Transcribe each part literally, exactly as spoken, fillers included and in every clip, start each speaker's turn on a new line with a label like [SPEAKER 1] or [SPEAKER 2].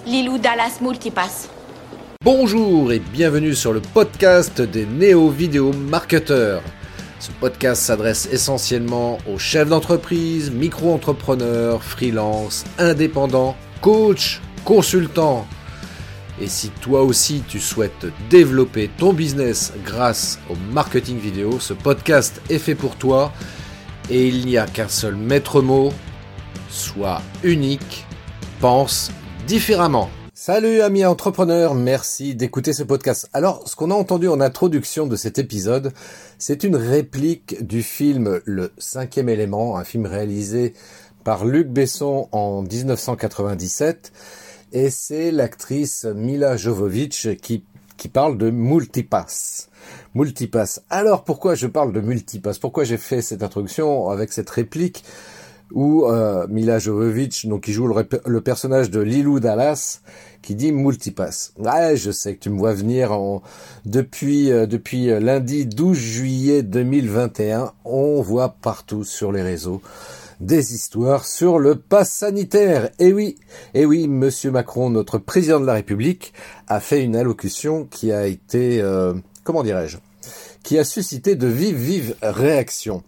[SPEAKER 1] Lilou Dallas Multipass.
[SPEAKER 2] Bonjour et bienvenue sur le podcast des néo-vidéo marketeurs. Ce podcast s'adresse essentiellement aux chefs d'entreprise, micro-entrepreneurs, freelance, indépendants, coachs, consultants. Et si toi aussi tu souhaites développer ton business grâce au marketing vidéo, ce podcast est fait pour toi et il n'y a qu'un seul maître mot, sois unique, pense différemment. Salut amis entrepreneurs, merci d'écouter ce podcast. Alors, ce qu'on a entendu en introduction de cet épisode, c'est une réplique du film Le Cinquième Élément, un film réalisé par Luc Besson en dix-neuf cent quatre-vingt-dix-sept, et c'est l'actrice Milla Jovovich qui, qui parle de multipass. Multipass. Alors, pourquoi je parle de multipass? Pourquoi j'ai fait cette introduction avec cette réplique où euh, Milla Jovovich, donc qui joue le, le personnage de Lilou Dallas, qui dit multipass. Ouais, je sais que tu me vois venir en, depuis euh, depuis lundi douze juillet deux mille vingt et un, on voit partout sur les réseaux des histoires sur le pass sanitaire. Et oui, et oui, Monsieur Macron, notre président de la République, a fait une allocution qui a été, euh, comment dirais-je, qui a suscité de vives, vives réactions.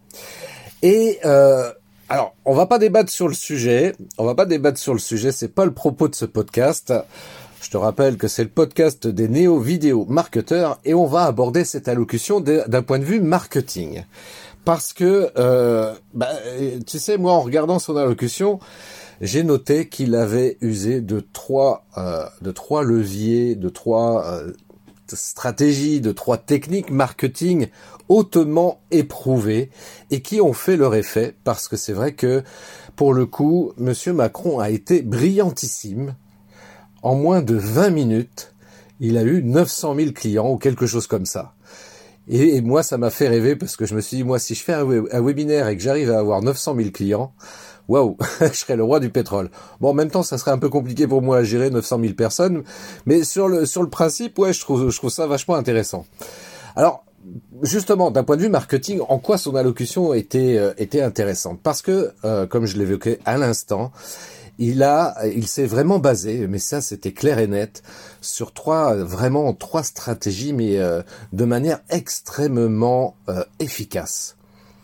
[SPEAKER 2] Et euh, alors, on va pas débattre sur le sujet, on va pas débattre sur le sujet, c'est pas le propos de ce podcast. Je te rappelle que c'est le podcast des néo-vidéo marketeurs et on va aborder cette allocution d'un point de vue marketing. Parce que, euh, bah, tu sais, moi, en regardant son allocution, j'ai noté qu'il avait usé de trois, euh, de trois leviers, de trois euh, stratégies, de trois techniques marketing hautement éprouvées et qui ont fait leur effet. Parce que c'est vrai que, pour le coup, Monsieur Macron a été brillantissime. En moins de vingt minutes, il a eu neuf cent mille clients ou quelque chose comme ça. Et, et moi, ça m'a fait rêver parce que je me suis dit, moi, si je fais un, un webinaire et que j'arrive à avoir neuf cent mille clients, waouh, je serais le roi du pétrole. Bon, en même temps, ça serait un peu compliqué pour moi à gérer neuf cent mille personnes, mais sur le sur le principe, ouais, je trouve je trouve ça vachement intéressant. Alors, justement, d'un point de vue marketing, en quoi son allocution était euh, était intéressante? Parce que, euh, comme je l'évoquais à l'instant, il a, il s'est vraiment basé, mais ça c'était clair et net, sur trois, vraiment trois stratégies, mais euh, de manière extrêmement euh, efficace.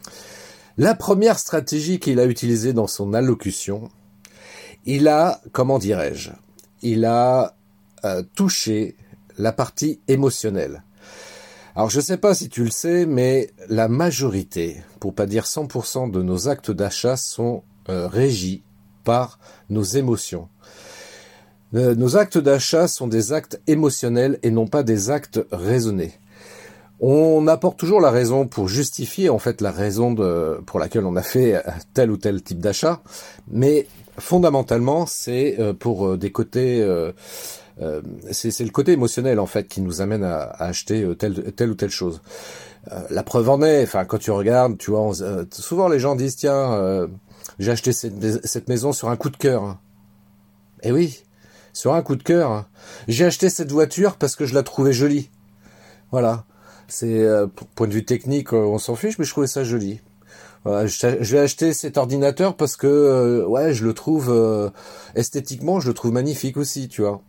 [SPEAKER 2] La première stratégie qu'il a utilisée dans son allocution, il a, comment dirais-je, il a euh, touché la partie émotionnelle. Alors je sais pas si tu le sais, mais la majorité, pour pas dire cent pour cent de nos actes d'achat sont euh, régis par nos émotions. Euh, nos actes d'achat sont des actes émotionnels et non pas des actes raisonnés. On apporte toujours la raison pour justifier en fait la raison de, pour laquelle on a fait tel ou tel type d'achat, mais fondamentalement c'est euh, pour euh, des côtés, euh, euh, c'est, c'est le côté émotionnel en fait qui nous amène à, à acheter euh, telle, telle ou telle chose. Euh, la preuve en est, enfin quand tu regardes, tu vois, on, euh, souvent les gens disent tiens, euh, j'ai acheté cette, cette maison sur un coup de cœur. Eh oui, sur un coup de cœur. J'ai acheté cette voiture parce que je la trouvais jolie. Voilà. C'est euh, point de vue technique, on s'en fiche, mais je trouvais ça joli. Voilà, je, je vais acheter cet ordinateur parce que euh, ouais, je le trouve euh, esthétiquement, je le trouve magnifique aussi, tu vois.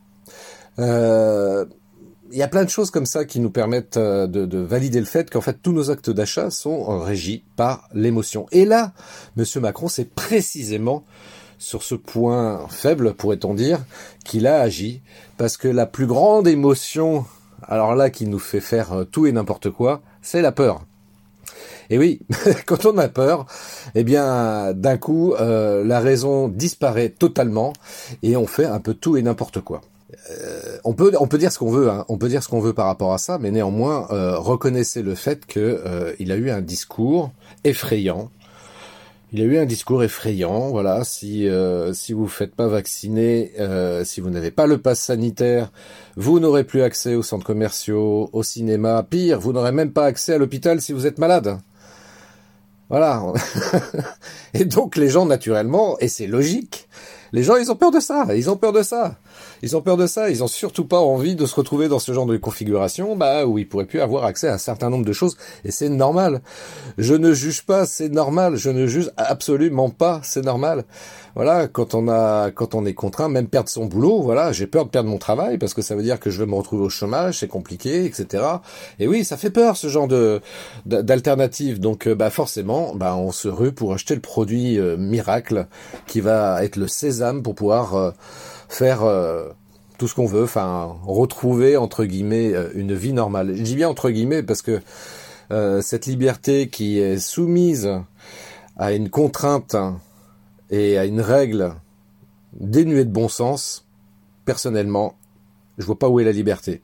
[SPEAKER 2] Euh, il y a plein de choses comme ça qui nous permettent de, de valider le fait qu'en fait tous nos actes d'achat sont régis par l'émotion. Et là, Monsieur Macron, c'est précisément sur ce point faible, pourrait-on dire, qu'il a agi, parce que la plus grande émotion, alors là, qui nous fait faire tout et n'importe quoi, c'est la peur. Et oui, quand on a peur, eh bien, d'un coup, euh, la raison disparaît totalement et on fait un peu tout et n'importe quoi. Euh, on peut on peut dire ce qu'on veut, hein, on peut dire ce qu'on veut par rapport à ça, mais néanmoins, euh, reconnaissez le fait que euh, il a eu un discours effrayant. Il a eu un discours effrayant, voilà, si euh, si vous ne faites pas vacciner, euh, si vous n'avez pas le pass sanitaire, vous n'aurez plus accès aux centres commerciaux, au cinéma, pire, vous n'aurez même pas accès à l'hôpital si vous êtes malade. Voilà. Et donc les gens, naturellement, et c'est logique, Les gens, ils ont peur de ça, ils ont peur de ça. Ils ont peur de ça, ils ont surtout pas envie de se retrouver dans ce genre de configuration, bah, où ils pourraient plus avoir accès à un certain nombre de choses, et c'est normal. Je ne juge pas, c'est normal, je ne juge absolument pas, c'est normal. Voilà, quand on a, quand on est contraint, même perdre son boulot, voilà, j'ai peur de perdre mon travail, parce que ça veut dire que je vais me retrouver au chômage, c'est compliqué, et cetera. Et oui, ça fait peur, ce genre de, d'alternative. Donc, bah, forcément, bah, on se rue pour acheter le produit euh, miracle, qui va être le sésame pour pouvoir euh, faire euh, tout ce qu'on veut, enfin retrouver entre guillemets euh, une vie normale. Je dis bien entre guillemets parce que euh, cette liberté qui est soumise à une contrainte et à une règle dénuée de bon sens, personnellement, je vois pas où est la liberté.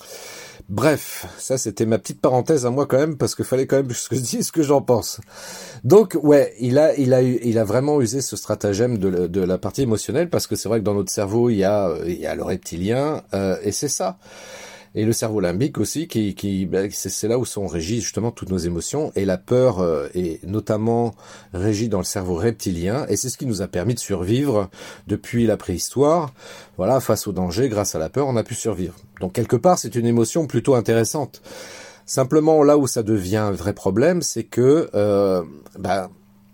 [SPEAKER 2] Bref, ça c'était ma petite parenthèse à moi quand même, parce qu'il fallait quand même que je dise ce que j'en pense. Donc ouais, il a, il a, il a vraiment usé ce stratagème de, la, de la partie émotionnelle, parce que c'est vrai que dans notre cerveau il y a, il y a le reptilien, euh, et c'est ça. Et le cerveau limbique aussi, qui, qui, ben, c'est, c'est là où sont régies justement toutes nos émotions, et la peur euh, est notamment régie dans le cerveau reptilien, et c'est ce qui nous a permis de survivre depuis la préhistoire. Voilà, face au danger, grâce à la peur, on a pu survivre. Donc quelque part, c'est une émotion plutôt intéressante. Simplement, là où ça devient un vrai problème, c'est que euh, ben,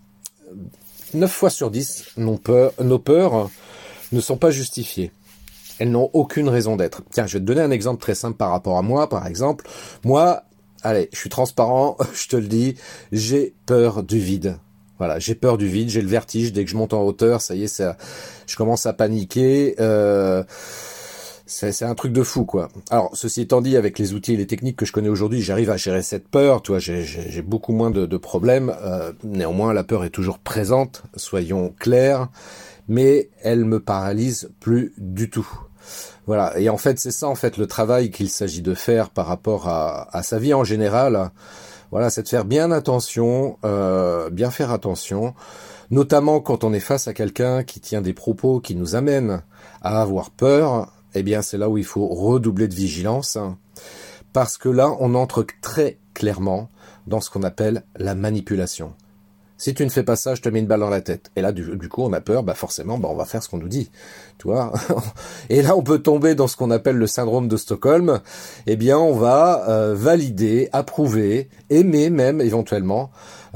[SPEAKER 2] neuf fois sur dix, nos peurs, nos peurs ne sont pas justifiées. Elles n'ont aucune raison d'être. Tiens, je vais te donner un exemple très simple par rapport à moi, par exemple. Moi, allez, je suis transparent, je te le dis, j'ai peur du vide. Voilà, j'ai peur du vide, j'ai le vertige. Dès que je monte en hauteur, ça y est, ça, je commence à paniquer. Euh, c'est, c'est un truc de fou, quoi. Alors, ceci étant dit, avec les outils et les techniques que je connais aujourd'hui, j'arrive à gérer cette peur. Tu vois, j'ai, j'ai, j'ai beaucoup moins de, de problèmes. Euh, néanmoins, la peur est toujours présente, soyons clairs. Mais elle me paralyse plus du tout. Voilà. Et en fait, c'est ça, en fait, le travail qu'il s'agit de faire par rapport à, à sa vie en général. Voilà, c'est de faire bien attention, euh, bien faire attention, notamment quand on est face à quelqu'un qui tient des propos qui nous amènent à avoir peur. Eh bien, c'est là où il faut redoubler de vigilance, parce que là, on entre très clairement dans ce qu'on appelle la manipulation. Si tu ne fais pas ça, je te mets une balle dans la tête. Et là, du, du coup, on a peur, bah forcément, bah on va faire ce qu'on nous dit, tu vois. Et là, on peut tomber dans ce qu'on appelle le syndrome de Stockholm. Eh bien, on va euh, valider, approuver, aimer même éventuellement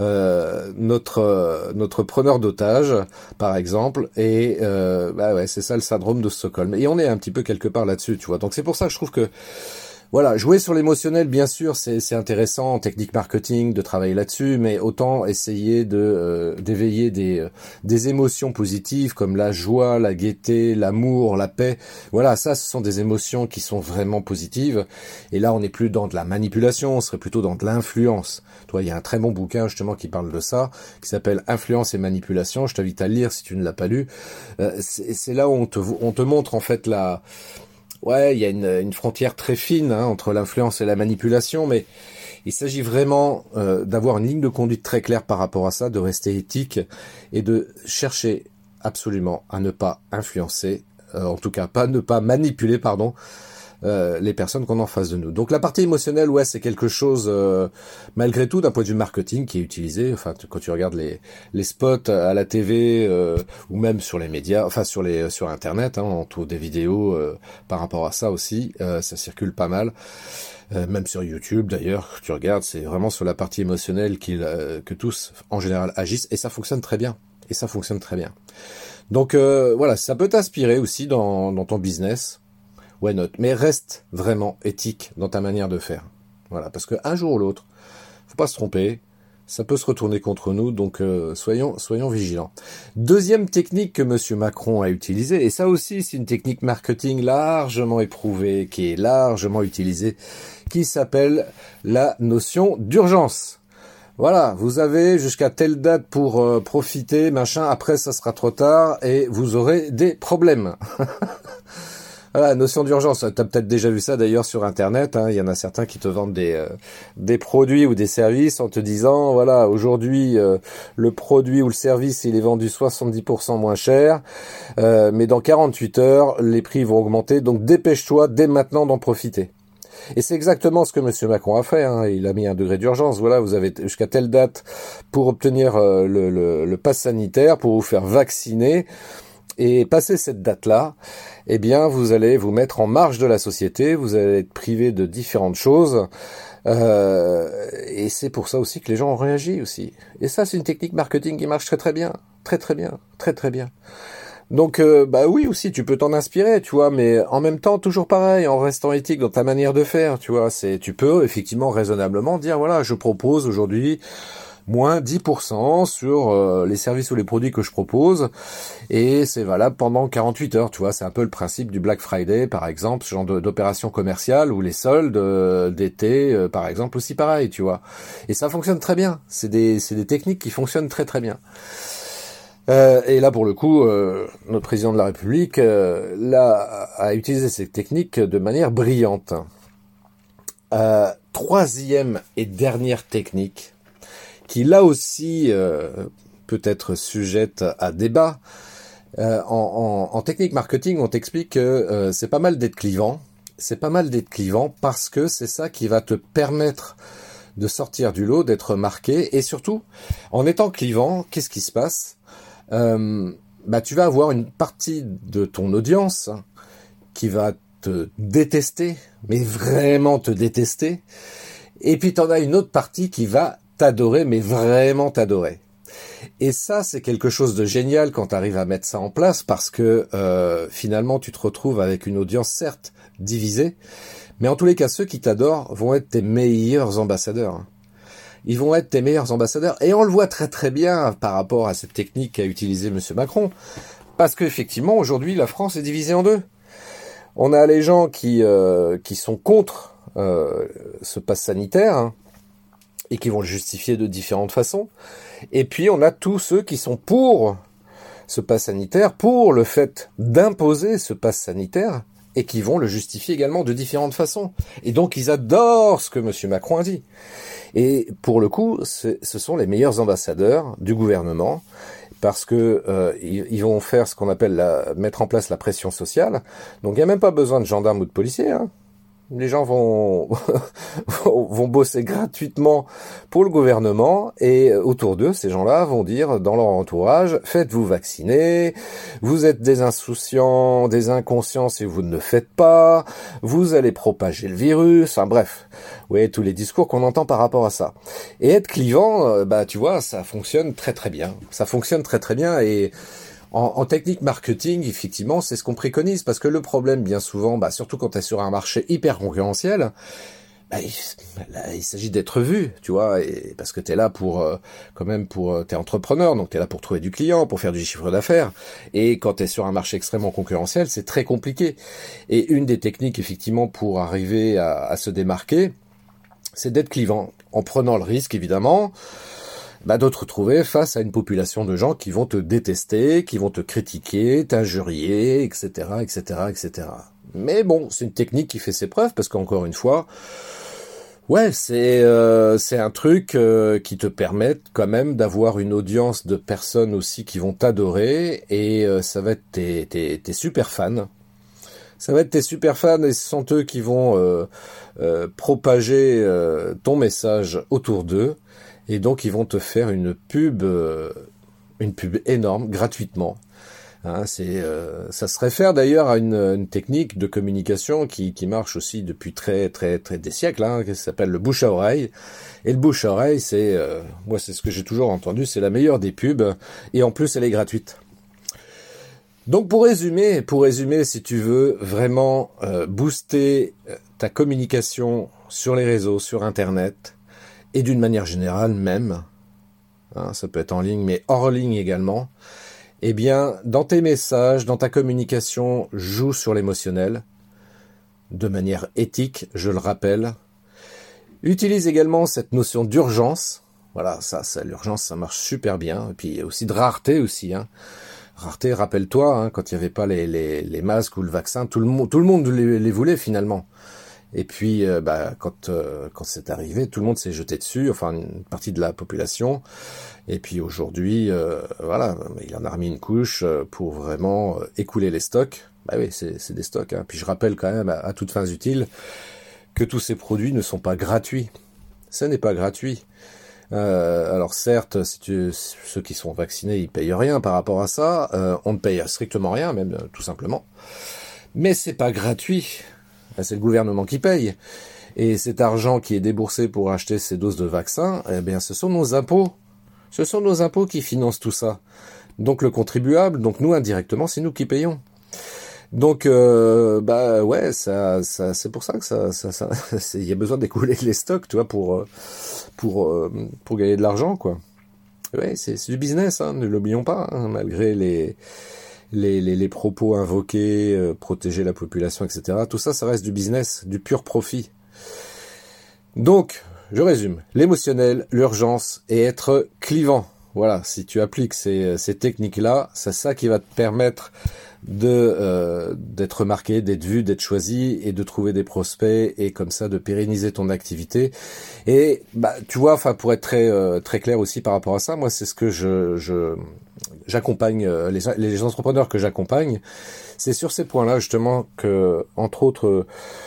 [SPEAKER 2] euh, notre euh, notre preneur d'otage, par exemple. Et euh, bah ouais, c'est ça le syndrome de Stockholm. Et on est un petit peu quelque part là-dessus, tu vois. Donc c'est pour ça que je trouve que voilà, jouer sur l'émotionnel, bien sûr, c'est, c'est intéressant en technique marketing de travailler là-dessus, mais autant essayer de euh, d'éveiller des euh, des émotions positives comme la joie, la gaieté, l'amour, la paix. Voilà, ça, ce sont des émotions qui sont vraiment positives. Et là, on n'est plus dans de la manipulation, on serait plutôt dans de l'influence. Toi, il y a un très bon bouquin justement qui parle de ça, qui s'appelle Influence et manipulation. Je t'invite à le lire si tu ne l'as pas lu. Euh, c'est, c'est là où on te on te montre en fait la Ouais, il y a une, une frontière très fine hein, entre l'influence et la manipulation, mais il s'agit vraiment euh, d'avoir une ligne de conduite très claire par rapport à ça, de rester éthique et de chercher absolument à ne pas influencer, euh, en tout cas pas ne pas manipuler, pardon, euh, les personnes qu'on a en face de nous. Donc la partie émotionnelle, ouais, c'est quelque chose, euh, malgré tout, d'un point de vue marketing, qui est utilisé. Enfin, tu, quand tu regardes les les spots à la T V euh, ou même sur les médias, enfin sur les sur Internet, hein, on trouve des vidéos euh, par rapport à ça aussi. Euh, ça circule pas mal. Euh, même sur YouTube d'ailleurs, tu regardes, c'est vraiment sur la partie émotionnelle qu'il, euh, que tous en général agissent, et ça fonctionne très bien. Et ça fonctionne très bien. Donc euh, voilà, ça peut t'inspirer aussi dans dans ton business. Why not? Mais reste vraiment éthique dans ta manière de faire. Voilà, parce que un jour ou l'autre, faut pas se tromper, ça peut se retourner contre nous, donc euh, soyons soyons vigilants. Deuxième technique que Monsieur Macron a utilisée, et ça aussi c'est une technique marketing largement éprouvée, qui est largement utilisée, qui s'appelle la notion d'urgence. Voilà, vous avez jusqu'à telle date pour euh, profiter, machin, après ça sera trop tard et vous aurez des problèmes. Voilà, notion d'urgence. T'as peut-être déjà vu ça d'ailleurs sur Internet. Hein. Il y en a certains qui te vendent des euh, des produits ou des services en te disant voilà, aujourd'hui euh, le produit ou le service il est vendu soixante-dix pour cent moins cher, euh, mais dans quarante-huit heures les prix vont augmenter. Donc dépêche-toi dès maintenant d'en profiter. Et c'est exactement ce que Monsieur Macron a fait. Hein. Il a mis un degré d'urgence. Voilà, vous avez jusqu'à telle date pour obtenir euh, le, le, le pass sanitaire, pour vous faire vacciner. Et passé cette date-là, eh bien, vous allez vous mettre en marge de la société, vous allez être privé de différentes choses, euh, et c'est pour ça aussi que les gens ont réagi aussi. Et ça, c'est une technique marketing qui marche très très bien, très très bien, très très bien. Donc, euh, bah oui aussi, tu peux t'en inspirer, tu vois, mais en même temps, toujours pareil, en restant éthique dans ta manière de faire, tu vois, c'est, tu peux effectivement raisonnablement dire, voilà, je propose aujourd'hui moins dix pour cent sur euh, les services ou les produits que je propose, et c'est valable pendant quarante-huit heures, tu vois, c'est un peu le principe du Black Friday, par exemple, ce genre de, d'opération commerciale, ou les soldes euh, d'été, euh, par exemple, aussi pareil, tu vois. Et ça fonctionne très bien, c'est des, c'est des techniques qui fonctionnent très très bien. Euh, et là, pour le coup, euh, notre président de la République euh, là, a utilisé cette technique de manière brillante. Euh, troisième et dernière technique, qui là aussi euh, peut être sujette à débat. Euh, en, en, en technique marketing, on t'explique que euh, c'est pas mal d'être clivant. C'est pas mal d'être clivant parce que c'est ça qui va te permettre de sortir du lot, d'être marqué. Et surtout, en étant clivant, qu'est-ce qui se passe ? Euh, bah tu vas avoir une partie de ton audience qui va te détester, mais vraiment te détester, et puis t'en as une autre partie qui va t'adorer, mais vraiment t'adorer. Et ça, c'est quelque chose de génial quand tu arrives à mettre ça en place, parce que euh, finalement tu te retrouves avec une audience certes divisée, mais en tous les cas ceux qui t'adorent vont être tes meilleurs ambassadeurs. Ils vont être tes meilleurs ambassadeurs. Et on le voit très très bien par rapport à cette technique qu'a utilisée Monsieur Macron. Parce qu'effectivement, aujourd'hui, la France est divisée en deux. On a les gens qui, euh, qui sont contre euh, ce pass sanitaire, hein, et qui vont le justifier de différentes façons. Et puis, on a tous ceux qui sont pour ce pass sanitaire, pour le fait d'imposer ce pass sanitaire, et qui vont le justifier également de différentes façons. Et donc, ils adorent ce que Monsieur Macron a dit. Et pour le coup, ce sont les meilleurs ambassadeurs du gouvernement, parce que euh, ils, ils vont faire ce qu'on appelle la, mettre en place la pression sociale. Donc, il n'y a même pas besoin de gendarmes ou de policiers, hein. Les gens vont vont bosser gratuitement pour le gouvernement, et autour d'eux, ces gens-là vont dire dans leur entourage, faites-vous vacciner, vous êtes des insouciants, des inconscients si vous ne le faites pas, vous allez propager le virus, enfin bref, vous voyez tous les discours qu'on entend par rapport à ça. Et être clivant, bah tu vois, ça fonctionne très très bien, ça fonctionne très très bien. Et En, en technique marketing, effectivement, c'est ce qu'on préconise, parce que le problème, bien souvent, bah, surtout quand tu es sur un marché hyper concurrentiel, bah, il, là, il s'agit d'être vu, tu vois, et parce que tu es là pour, euh, quand même, pour, t'es entrepreneur, donc tu es là pour trouver du client, pour faire du chiffre d'affaires, et quand tu es sur un marché extrêmement concurrentiel, c'est très compliqué. Et une des techniques, effectivement, pour arriver à, à se démarquer, c'est d'être clivant, en prenant le risque, évidemment, bah, de te retrouver face à une population de gens qui vont te détester, qui vont te critiquer, t'injurier, et cetera, et cetera, et cetera. Mais bon, c'est une technique qui fait ses preuves, parce qu'encore une fois, ouais, c'est euh, c'est un truc euh, qui te permet quand même d'avoir une audience de personnes aussi qui vont t'adorer, et euh, ça va être tes, tes, tes super fans. Ça va être tes super fans, et ce sont eux qui vont euh, euh, propager euh, ton message autour d'eux. Et donc, ils vont te faire une pub, euh, une pub énorme, gratuitement. Hein, c'est, euh, ça se réfère d'ailleurs à une, une technique de communication qui, qui marche aussi depuis très, très, très des siècles, hein, qui s'appelle le bouche à oreille. Et le bouche à oreille, c'est, euh, moi, c'est ce que j'ai toujours entendu, c'est la meilleure des pubs. Et en plus, elle est gratuite. Donc, pour résumer, pour résumer, si tu veux vraiment euh, booster ta communication sur les réseaux, sur Internet, et d'une manière générale même, hein, ça peut être en ligne, mais hors ligne également, eh bien, dans tes messages, dans ta communication, joue sur l'émotionnel, de manière éthique, je le rappelle. Utilise également cette notion d'urgence. Voilà, ça, ça l'urgence, ça marche super bien. Et puis aussi de rareté aussi, hein. Rareté, rappelle-toi, hein, quand il n'y avait pas les, les, les masques ou le vaccin, tout le monde, tout le monde les, les voulait finalement. Et puis, euh, bah, quand euh, quand c'est arrivé, tout le monde s'est jeté dessus, enfin une partie de la population. Et puis aujourd'hui, euh, voilà, il en a remis une couche pour vraiment écouler les stocks. Bah oui, c'est, c'est des stocks. Hein. Puis je rappelle quand même, à, à toutes fins utiles, que tous ces produits ne sont pas gratuits. Ça n'est pas gratuit. Euh, alors certes, si tu, ceux qui sont vaccinés, ils payent rien par rapport à ça. Euh, on ne paye strictement rien, même euh, tout simplement. Mais c'est pas gratuit. C'est le gouvernement qui paye. Et cet argent qui est déboursé pour acheter ces doses de vaccins, eh bien, ce sont nos impôts. Ce sont nos impôts qui financent tout ça. Donc le contribuable, donc nous indirectement, c'est nous qui payons. Donc euh, bah ouais, ça, ça, c'est pour ça que ça, ça, ça, il y a besoin d'écouler les stocks, tu vois, pour pour pour gagner de l'argent, quoi. Ouais, c'est, c'est du business, hein, ne l'oublions pas, hein, malgré les les, les les propos invoqués, euh, protéger la population, et cetera. Tout ça, ça reste du business, du pur profit. Donc, je résume, l'émotionnel, l'urgence et être clivant. Voilà, si tu appliques ces, ces techniques-là, c'est ça qui va te permettre de euh, d'être remarqué, d'être vu, d'être choisi et de trouver des prospects et comme ça de pérenniser ton activité. Et bah tu vois, enfin pour être très euh, très clair aussi par rapport à ça, moi c'est ce que je je j'accompagne euh, les les entrepreneurs que j'accompagne, c'est sur ces points-là justement que entre autres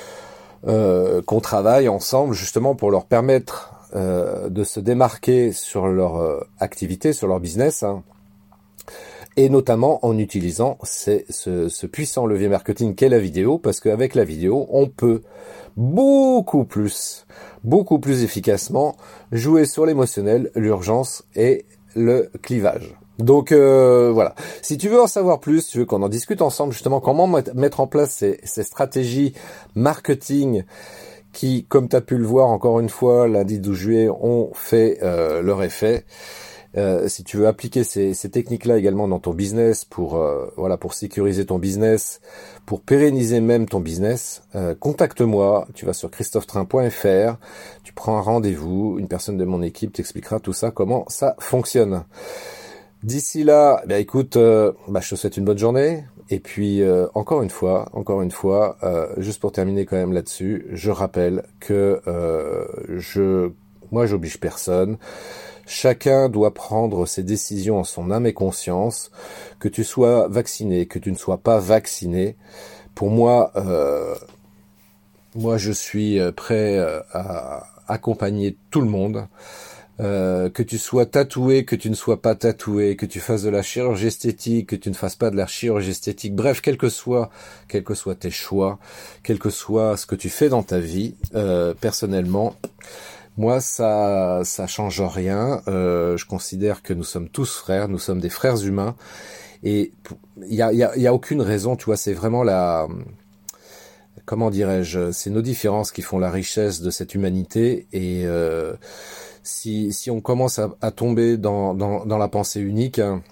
[SPEAKER 2] euh, qu'on travaille ensemble justement pour leur permettre euh, de se démarquer sur leur euh, activité, sur leur business, hein, et notamment en utilisant ces, ce, ce puissant levier marketing qu'est la vidéo, parce qu'avec la vidéo, on peut beaucoup plus, beaucoup plus efficacement jouer sur l'émotionnel, l'urgence et le clivage. Donc euh, voilà, si tu veux en savoir plus, tu veux qu'on en discute ensemble justement comment mettre en place ces, ces stratégies marketing qui, comme tu as pu le voir encore une fois, lundi douze juillet, ont fait euh, leur effet. Euh, si tu veux appliquer ces, ces techniques-là également dans ton business pour euh, voilà pour sécuriser ton business, pour pérenniser même ton business, euh, contacte-moi. Tu vas sur christophe train point f r, tu prends un rendez-vous, une personne de mon équipe t'expliquera tout ça, comment ça fonctionne. D'ici là, bah écoute, euh, bah, je te souhaite une bonne journée. Et puis euh, encore une fois, encore une fois, euh, juste pour terminer quand même là-dessus, je rappelle que euh, je, moi, j'oblige personne. Chacun doit prendre ses décisions en son âme et conscience, que tu sois vacciné, que tu ne sois pas vacciné. Pour moi, euh, moi je suis prêt à accompagner tout le monde. Euh, que tu sois tatoué, que tu ne sois pas tatoué, que tu fasses de la chirurgie esthétique, que tu ne fasses pas de la chirurgie esthétique, bref, quel que soit, quels que soient tes choix, quel que soit ce que tu fais dans ta vie, euh, personnellement, moi, ça, ça change rien. Euh, je considère que nous sommes tous frères, nous sommes des frères humains, et il y a, y a, y a aucune raison, tu vois. C'est vraiment la, comment dirais-je, c'est nos différences qui font la richesse de cette humanité. Et euh, si, si on commence à, à tomber dans, dans, dans la pensée unique, hein,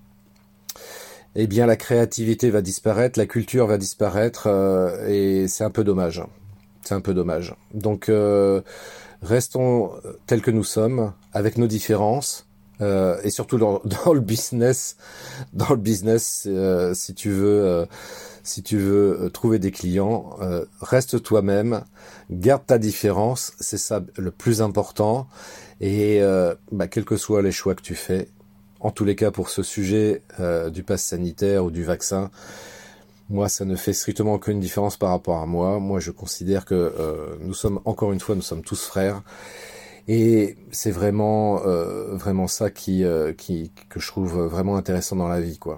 [SPEAKER 2] eh bien la créativité va disparaître, la culture va disparaître, euh, et c'est un peu dommage. C'est un peu dommage. Donc euh, restons tels que nous sommes, avec nos différences, euh, et surtout dans, dans le business. Dans le business, euh, si tu veux, euh, si tu veux trouver des clients, euh, reste toi-même, garde ta différence, c'est ça le plus important. Et euh, bah, quels que soient les choix que tu fais, en tous les cas pour ce sujet euh, du pass sanitaire ou du vaccin, moi, ça ne fait strictement aucune différence par rapport à moi. Moi, je considère que euh, nous sommes, encore une fois, nous sommes tous frères. Et c'est vraiment, euh, vraiment ça qui, euh, qui, que je trouve vraiment intéressant dans la vie, quoi.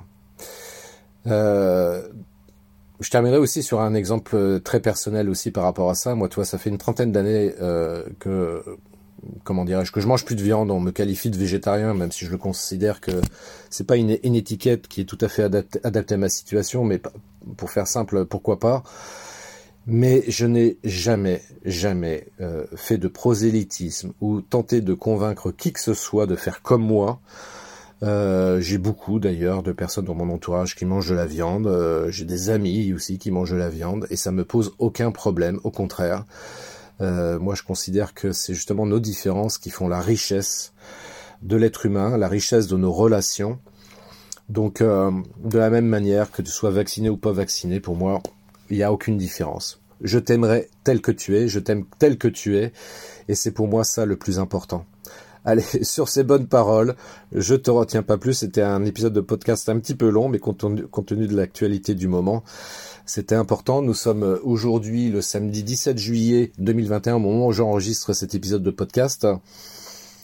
[SPEAKER 2] Euh, je terminerai aussi sur un exemple très personnel aussi par rapport à ça. Moi, tu vois, ça fait une trentaine d'années euh, que, comment dirais-je, que je mange plus de viande. On me qualifie de végétarien, même si je le considère que c'est pas une, une étiquette qui est tout à fait adaptée, adaptée à ma situation, mais pour faire simple, pourquoi pas. Mais je n'ai jamais, jamais euh, fait de prosélytisme ou tenté de convaincre qui que ce soit de faire comme moi. Euh, j'ai beaucoup d'ailleurs de personnes dans mon entourage qui mangent de la viande. Euh, j'ai des amis aussi qui mangent de la viande et ça me pose aucun problème. Au contraire, euh, moi je considère que c'est justement nos différences qui font la richesse de l'être humain, la richesse de nos relations. Donc euh, de la même manière que tu sois vacciné ou pas vacciné, pour moi, il n'y a aucune différence. Je t'aimerai tel que tu es, je t'aime tel que tu es, et c'est pour moi ça le plus important. Allez, sur ces bonnes paroles, je te retiens pas plus. C'était un épisode de podcast un petit peu long, mais compte tenu, compte tenu de l'actualité du moment, c'était important. Nous sommes aujourd'hui le samedi dix-sept juillet deux mille vingt et un, au moment où j'enregistre cet épisode de podcast.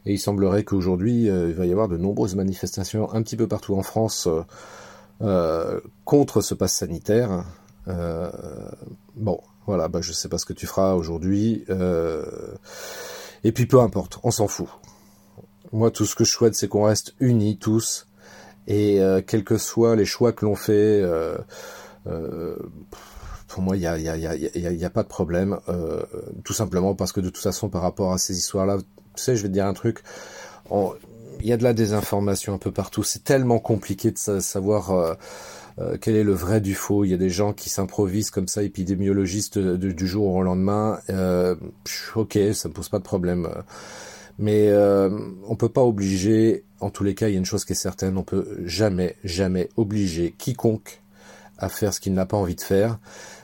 [SPEAKER 2] Et il semblerait qu'aujourd'hui, euh, il va y avoir de nombreuses manifestations un petit peu partout en France euh, euh, contre ce pass sanitaire. Euh, bon, voilà, bah, je sais pas ce que tu feras aujourd'hui. Euh, et puis peu importe, on s'en fout. Moi, tout ce que je souhaite, c'est qu'on reste unis tous. Et euh, quels que soient les choix que l'on fait, euh, euh, pour moi, il y a, y, a, y, a, y, a, y a pas de problème. Euh, tout simplement parce que de toute façon, par rapport à ces histoires-là, tu sais, je vais te dire un truc. Il y a de la désinformation un peu partout. C'est tellement compliqué de sa- savoir euh, euh, quel est le vrai du faux. Il y a des gens qui s'improvisent comme ça, épidémiologistes de, de, du jour au lendemain. Euh, ok, ça me pose pas de problème. Mais euh, on peut pas obliger. En tous les cas, il y a une chose qui est certaine. On peut jamais, jamais obliger quiconque à faire ce qu'il n'a pas envie de faire.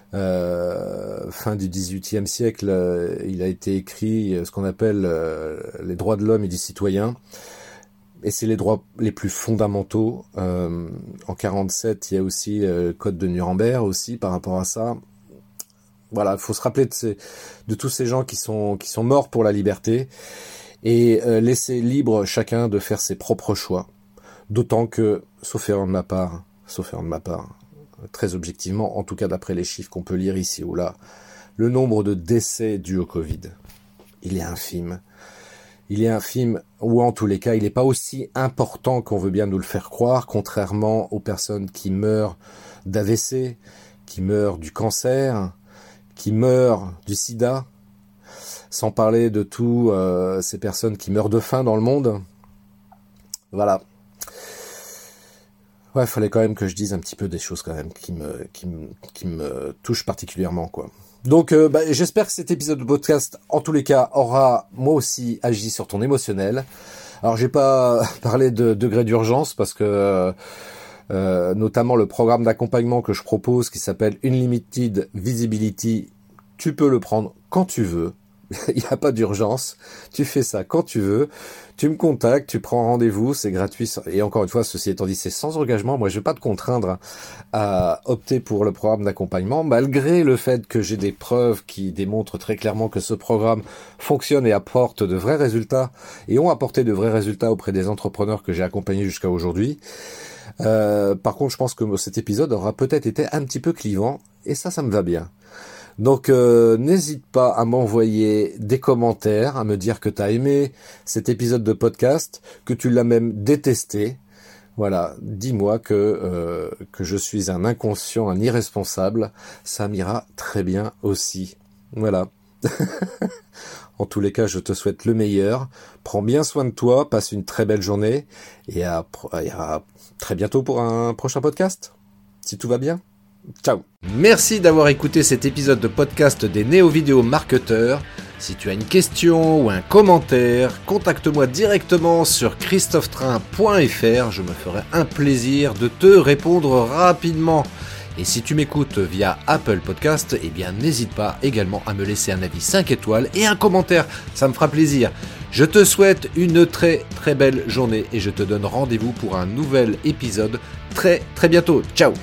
[SPEAKER 2] Euh, fin du dix-huitième siècle, euh, il a été écrit euh, ce qu'on appelle euh, les droits de l'homme et du citoyen, et c'est les droits les plus fondamentaux. Euh, en quarante-sept, il y a aussi euh, le code de Nuremberg aussi par rapport à ça. Voilà, il faut se rappeler de, ces, de tous ces gens qui sont qui sont morts pour la liberté et euh, laisser libre chacun de faire ses propres choix. D'autant que, sauf erreur de ma part, sauf erreur de ma part. Très objectivement, en tout cas d'après les chiffres qu'on peut lire ici ou là, le nombre de décès dus au Covid, il est infime. Il est infime, ou en tous les cas, il n'est pas aussi important qu'on veut bien nous le faire croire, contrairement aux personnes qui meurent d'A V C, qui meurent du cancer, qui meurent du sida, sans parler de tous euh, ces personnes qui meurent de faim dans le monde. Voilà. Ouais, il fallait quand même que je dise un petit peu des choses quand même qui me qui me qui me touchent particulièrement, quoi. Donc euh, bah, j'espère que cet épisode de podcast, en tous les cas, aura moi aussi agi sur ton émotionnel. Alors j'ai pas parlé de degré d'urgence parce que euh, notamment le programme d'accompagnement que je propose qui s'appelle Unlimited Visibility, tu peux le prendre quand tu veux. Il n'y a pas d'urgence, tu fais ça quand tu veux, tu me contactes, tu prends rendez-vous, c'est gratuit, et encore une fois, ceci étant dit, c'est sans engagement. Moi je vais pas te contraindre à opter pour le programme d'accompagnement, malgré le fait que j'ai des preuves qui démontrent très clairement que ce programme fonctionne et apporte de vrais résultats, et ont apporté de vrais résultats auprès des entrepreneurs que j'ai accompagnés jusqu'à aujourd'hui. Euh, par contre, je pense que cet épisode aura peut-être été un petit peu clivant, et ça, ça me va bien. Donc euh, n'hésite pas à m'envoyer des commentaires, à me dire que tu as aimé cet épisode de podcast, que tu l'as même détesté. Voilà, dis-moi que euh, que je suis un inconscient, un irresponsable, ça m'ira très bien aussi. Voilà. En tous les cas, je te souhaite le meilleur. Prends bien soin de toi, passe une très belle journée et à, et à très bientôt pour un prochain podcast. Si tout va bien. Ciao. Merci d'avoir écouté cet épisode de podcast des Néo-Vidéo Marketeurs. Si tu as une question ou un commentaire, contacte-moi directement sur christophe train point f r. Je me ferai un plaisir de te répondre rapidement. Et si tu m'écoutes via Apple Podcast, eh bien n'hésite pas également à me laisser un avis cinq étoiles et un commentaire. Ça me fera plaisir. Je te souhaite une très très belle journée et je te donne rendez-vous pour un nouvel épisode très très bientôt. Ciao.